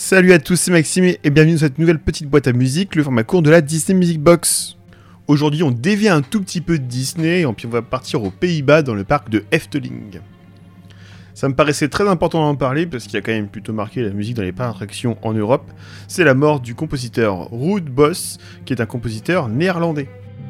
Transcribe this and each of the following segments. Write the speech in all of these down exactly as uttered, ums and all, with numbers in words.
Salut à tous, c'est Maxime et bienvenue dans cette nouvelle petite boîte à musique, le format court de la Disney Music Box. Aujourd'hui, on dévie un tout petit peu de Disney et puis on va partir aux Pays-Bas dans le parc de Efteling. Ça me paraissait très important d'en parler parce qu'il a quand même plutôt marqué la musique dans les parcs d'attractions en Europe. C'est la mort du compositeur Ruud Bos, qui est un compositeur néerlandais.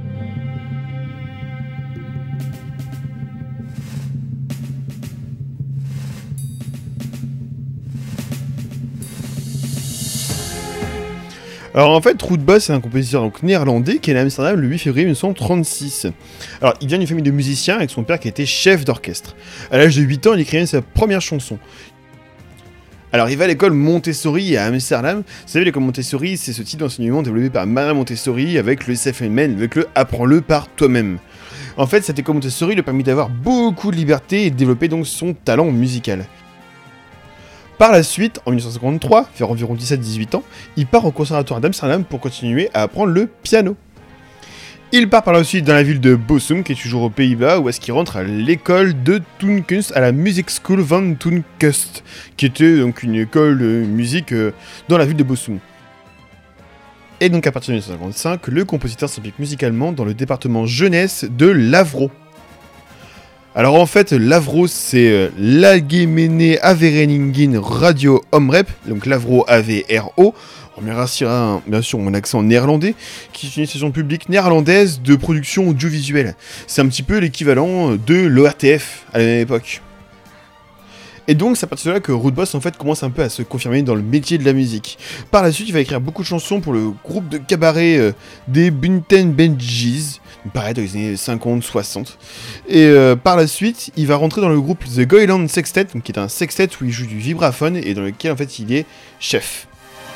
Alors en fait, Ruud Bos est un compositeur donc, néerlandais qui est né à Amsterdam le huit février dix-neuf cent trente-six. Alors il vient d'une famille de musiciens avec son père qui était chef d'orchestre. À l'âge de huit ans, il écrit sa première chanson. Alors il va à l'école Montessori à Amsterdam. Vous savez, l'école Montessori, c'est ce type d'enseignement développé par Maria Montessori avec le self-made, avec le apprends-le par toi-même. En fait, cette école Montessori lui a permis d'avoir beaucoup de liberté et de développer donc son talent musical. Par la suite, en dix-neuf cent cinquante-trois, vers environ dix-sept à dix-huit ans, il part au conservatoire d'Amsterdam pour continuer à apprendre le piano. Il part par la suite dans la ville de Bochum, qui est toujours aux Pays-Bas, où est-ce qu'il rentre à l'école de Toonkunst, à la Music School van Toonkunst, qui était donc une école de musique euh, dans la ville de Bochum. Et donc à partir de dix-neuf cent cinquante-cinq, le compositeur s'implique musicalement dans le département jeunesse de l'Avro. Alors en fait, l'Avro, c'est euh, l'Algemene Avereniging Radio Omrep, donc l'Avro A V R O, on remerciera bien sûr mon accent néerlandais, qui est une station publique néerlandaise de production audiovisuelle. C'est un petit peu l'équivalent de l'O R T F à la même époque. Et donc c'est à partir de là que Ruud Bos en fait commence un peu à se confirmer dans le métier de la musique. Par la suite, il va écrire beaucoup de chansons pour le groupe de cabaret euh, des Bunten Benjies, pareil dans les années cinquante soixante. Et euh, par la suite, il va rentrer dans le groupe The Goyland Sextet, donc qui est un sextet où il joue du vibraphone et dans lequel en fait il est chef.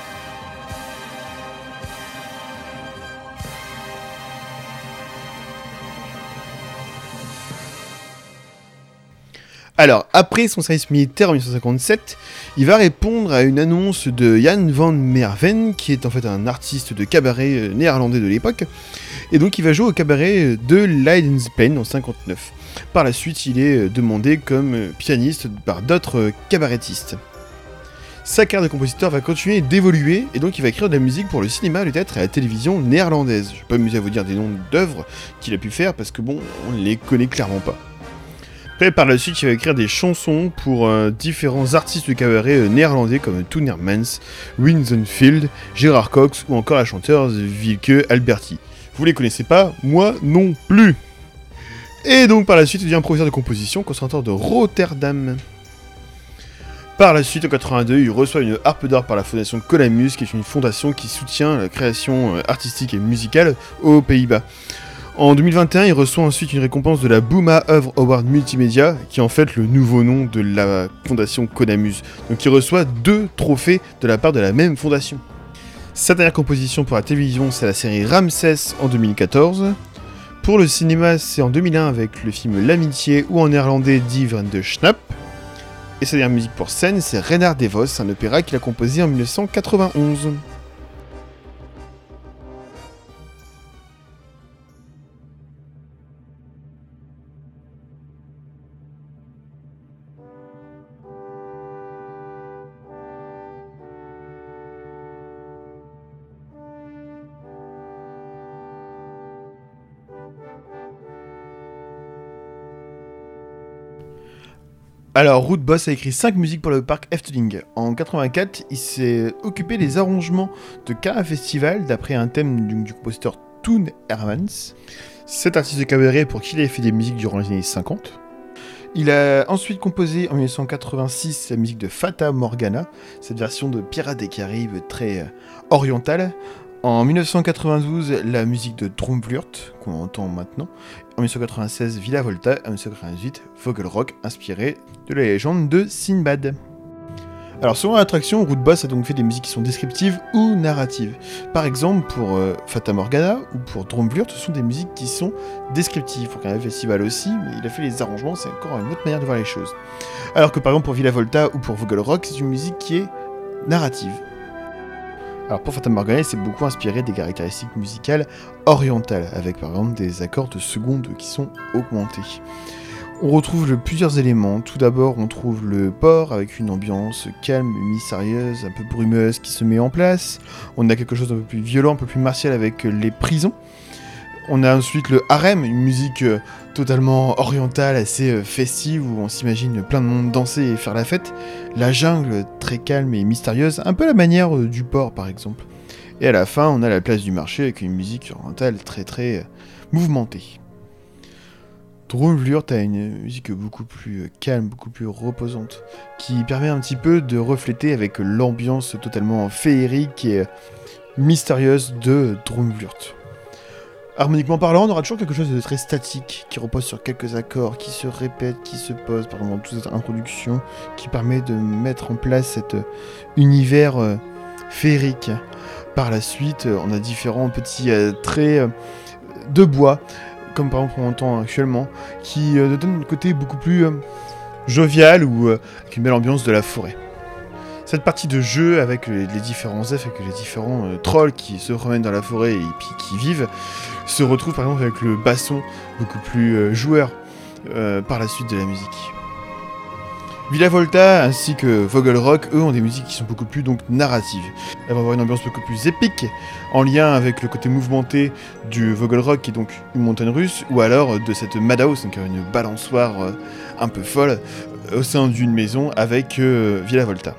Alors, après son service militaire en dix-neuf cent cinquante-sept, il va répondre à une annonce de Jan van Merven, qui est en fait un artiste de cabaret néerlandais de l'époque, et donc il va jouer au cabaret de Leidseplein en cinquante-neuf. Par la suite, il est demandé comme pianiste par d'autres cabarettistes. Sa carrière de compositeur va continuer d'évoluer, et donc il va écrire de la musique pour le cinéma, le théâtre et la télévision néerlandaise. Je vais pas m'amuser à vous dire des noms d'œuvres qu'il a pu faire, parce que bon, on les connaît clairement pas. Après, par la suite, il va écrire des chansons pour euh, différents artistes de cabaret euh, néerlandais comme Toon Hermans, Wim Sonneveld, Gerard Cox ou encore la chanteuse Wieke Alberti. Vous les connaissez pas, moi non plus. Et donc par la suite, il devient professeur de composition au conservatoire de Rotterdam. Par la suite, en quatre-vingt-deux, il reçoit une harpe d'or par la fondation Colamus, qui est une fondation qui soutient la création euh, artistique et musicale aux Pays-Bas. En deux mille vingt et un, il reçoit ensuite une récompense de la Bouma Œuvre Award Multimédia, qui est en fait le nouveau nom de la fondation Conamus. Donc il reçoit deux trophées de la part de la même fondation. Sa dernière composition pour la télévision, c'est la série Ramsès en deux mille quatorze. Pour le cinéma, c'est en deux mille un avec le film L'Amitié, ou en néerlandais Die Vreemde Snap. Et sa dernière musique pour scène, c'est Renard de Vos, un opéra qu'il a composé en dix-neuf cent quatre-vingt-onze. Alors, Ruud Bos a écrit cinq musiques pour le parc Efteling. En quatre-vingt-quatre, il s'est occupé des arrangements de Cara Festival d'après un thème du, du compositeur Toon Hermans. Cet artiste de cabaret pour qui il a fait des musiques durant les années cinquante. Il a ensuite composé en dix-neuf cent quatre-vingt-six la musique de Fata Morgana, cette version de Pirates des Caraïbes très euh, orientale. En dix-neuf cent quatre-vingt-douze, la musique de Droomvlucht, qu'on entend maintenant. En dix-neuf cent quatre-vingt-seize, Villa Volta. En dix-neuf cent quatre-vingt-dix-huit, Vogelrock, inspiré de la légende de Sinbad. Alors, selon l'attraction, Ruud Bos a donc fait des musiques qui sont descriptives ou narratives. Par exemple, pour euh, Fata Morgana ou pour Droomvlucht, ce sont des musiques qui sont descriptives. Pour Carnaval Festival aussi, mais il a fait les arrangements, c'est encore une autre manière de voir les choses. Alors que par exemple, pour Villa Volta ou pour Vogelrock, c'est une musique qui est narrative. Alors pour Fata Morgana, c'est beaucoup inspiré des caractéristiques musicales orientales, avec par exemple des accords de seconde qui sont augmentés. On retrouve le, plusieurs éléments. Tout d'abord, on trouve le port avec une ambiance calme, mystérieuse, un peu brumeuse qui se met en place. On a quelque chose d'un peu plus violent, un peu plus martial avec les prisons. On a ensuite le harem, une musique euh, totalement orientale, assez euh, festive, où on s'imagine plein de monde danser et faire la fête. La jungle, très calme et mystérieuse, un peu à la manière euh, du port par exemple. Et à la fin, on a la place du marché avec une musique orientale très très euh, mouvementée. Drumvlurt a une musique beaucoup plus calme, beaucoup plus reposante, qui permet un petit peu de refléter avec l'ambiance totalement féerique et mystérieuse de Drumvlurt. Harmoniquement parlant, on aura toujours quelque chose de très statique, qui repose sur quelques accords, qui se répètent, qui se posent, par exemple, dans toute cette introduction, qui permet de mettre en place cet univers euh, féerique. Par la suite, on a différents petits euh, traits euh, de bois, comme par exemple on entend actuellement, qui euh, donne un côté beaucoup plus euh, jovial ou euh, avec une belle ambiance de la forêt. Cette partie de jeu avec les, les différents elfes, avec les différents euh, trolls qui se promènent dans la forêt et puis qui vivent, se retrouve par exemple avec le basson beaucoup plus euh, joueur euh, par la suite de la musique. Villa Volta ainsi que Vogelrock, eux, ont des musiques qui sont beaucoup plus donc narratives. Elles vont avoir une ambiance beaucoup plus épique, en lien avec le côté mouvementé du Vogelrock, qui est donc une montagne russe, ou alors de cette Madhouse, donc une balançoire euh, un peu folle, au sein d'une maison avec euh, Villa Volta.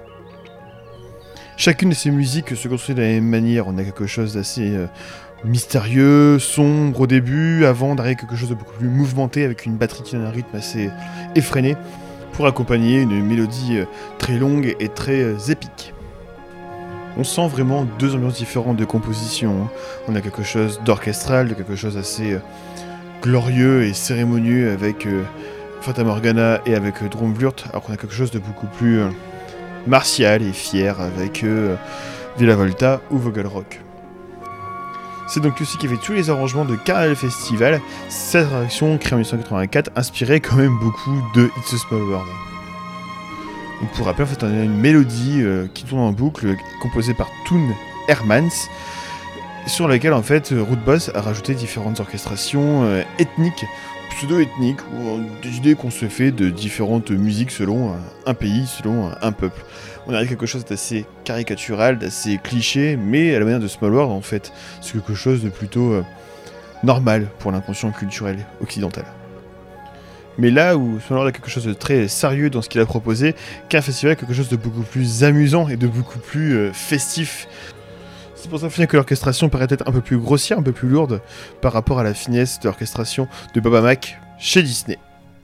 Chacune de ces musiques se construit de la même manière. On a quelque chose d'assez euh, mystérieux, sombre au début, avant d'arriver à quelque chose de beaucoup plus mouvementé, avec une batterie qui donne un rythme assez effréné, pour accompagner une mélodie euh, très longue et très euh, épique. On sent vraiment deux ambiances différentes de composition. Hein. On a quelque chose d'orchestral, de quelque chose assez euh, glorieux et cérémonieux avec euh, Fata Morgana et avec euh, Drumvlurt, alors qu'on a quelque chose de beaucoup plus euh, martial et fier avec euh, Villa Volta ou Vogelrock. C'est donc lui aussi qui fait tous les arrangements de Carnaval Festival, cette réaction créée en dix-neuf cent quatre-vingt-quatre, inspirée quand même beaucoup de It's a Small World. Donc pour rappel, en fait, on a une mélodie euh, qui tourne en boucle, composée par Toon Hermans, sur laquelle en fait Rootboss a rajouté différentes orchestrations euh, ethniques, pseudo-ethniques, ou des idées qu'on se fait de différentes musiques selon un pays, selon un peuple. On arrive à quelque chose d'assez caricatural, d'assez cliché, mais à la manière de Small World en fait, c'est quelque chose de plutôt euh, normal pour l'inconscient culturel occidental. Mais là où Small World a quelque chose de très sérieux dans ce qu'il a proposé, qu'un festival a quelque chose de beaucoup plus amusant et de beaucoup plus euh, festif. C'est pour ça que l'orchestration paraît être un peu plus grossière, un peu plus lourde par rapport à la finesse de l'orchestration de Bob Hamack chez Disney.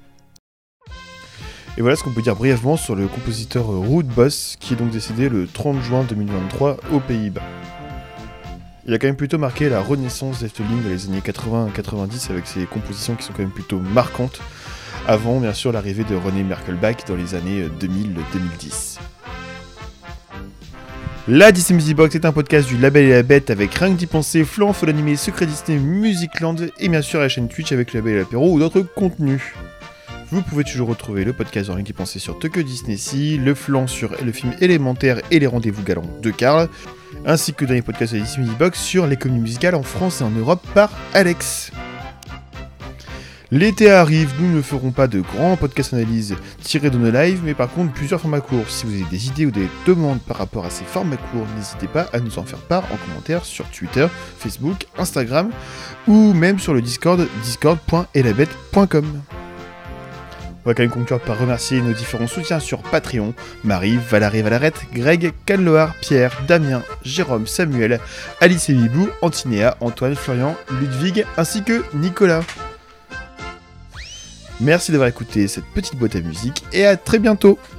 Et voilà ce qu'on peut dire brièvement sur le compositeur Rootboss, qui est donc décédé le trente juin deux mille vingt-trois aux Pays-Bas. Il a quand même plutôt marqué la renaissance d'Efteling dans les années quatre-vingts quatre-vingt-dix avec ses compositions qui sont quand même plutôt marquantes, avant bien sûr l'arrivée de René Merkelbach dans les années deux mille à deux mille dix. La Disney Music Box est un podcast du Label et la Bête avec rien que d'y penser, Florent Faux l'animé, Secret Disney, Musicland et bien sûr la chaîne Twitch avec le Label et l'apéro ou d'autres contenus. Vous pouvez toujours retrouver le podcast de Rien que d'y penser sur Tokyo Disney Sea, le flanc sur le film élémentaire et les rendez-vous galants de Karl, ainsi que le dernier podcast de la Disney Music Box sur l'économie musicale en France et en Europe par Alex. L'été arrive, nous ne ferons pas de grands podcasts analyses tirés de nos lives, mais par contre plusieurs formats courts. Si vous avez des idées ou des demandes par rapport à ces formats courts, n'hésitez pas à nous en faire part en commentaire sur Twitter, Facebook, Instagram ou même sur le Discord, discord point elabette point com. On va quand même conclure par remercier nos différents soutiens sur Patreon, Marie, Valérie Valarette, Greg, Canloar, Pierre, Damien, Jérôme, Samuel, Alice et Bibou, Antinéa, Antoine, Florian, Ludwig ainsi que Nicolas. Merci d'avoir écouté cette petite boîte à musique et à très bientôt.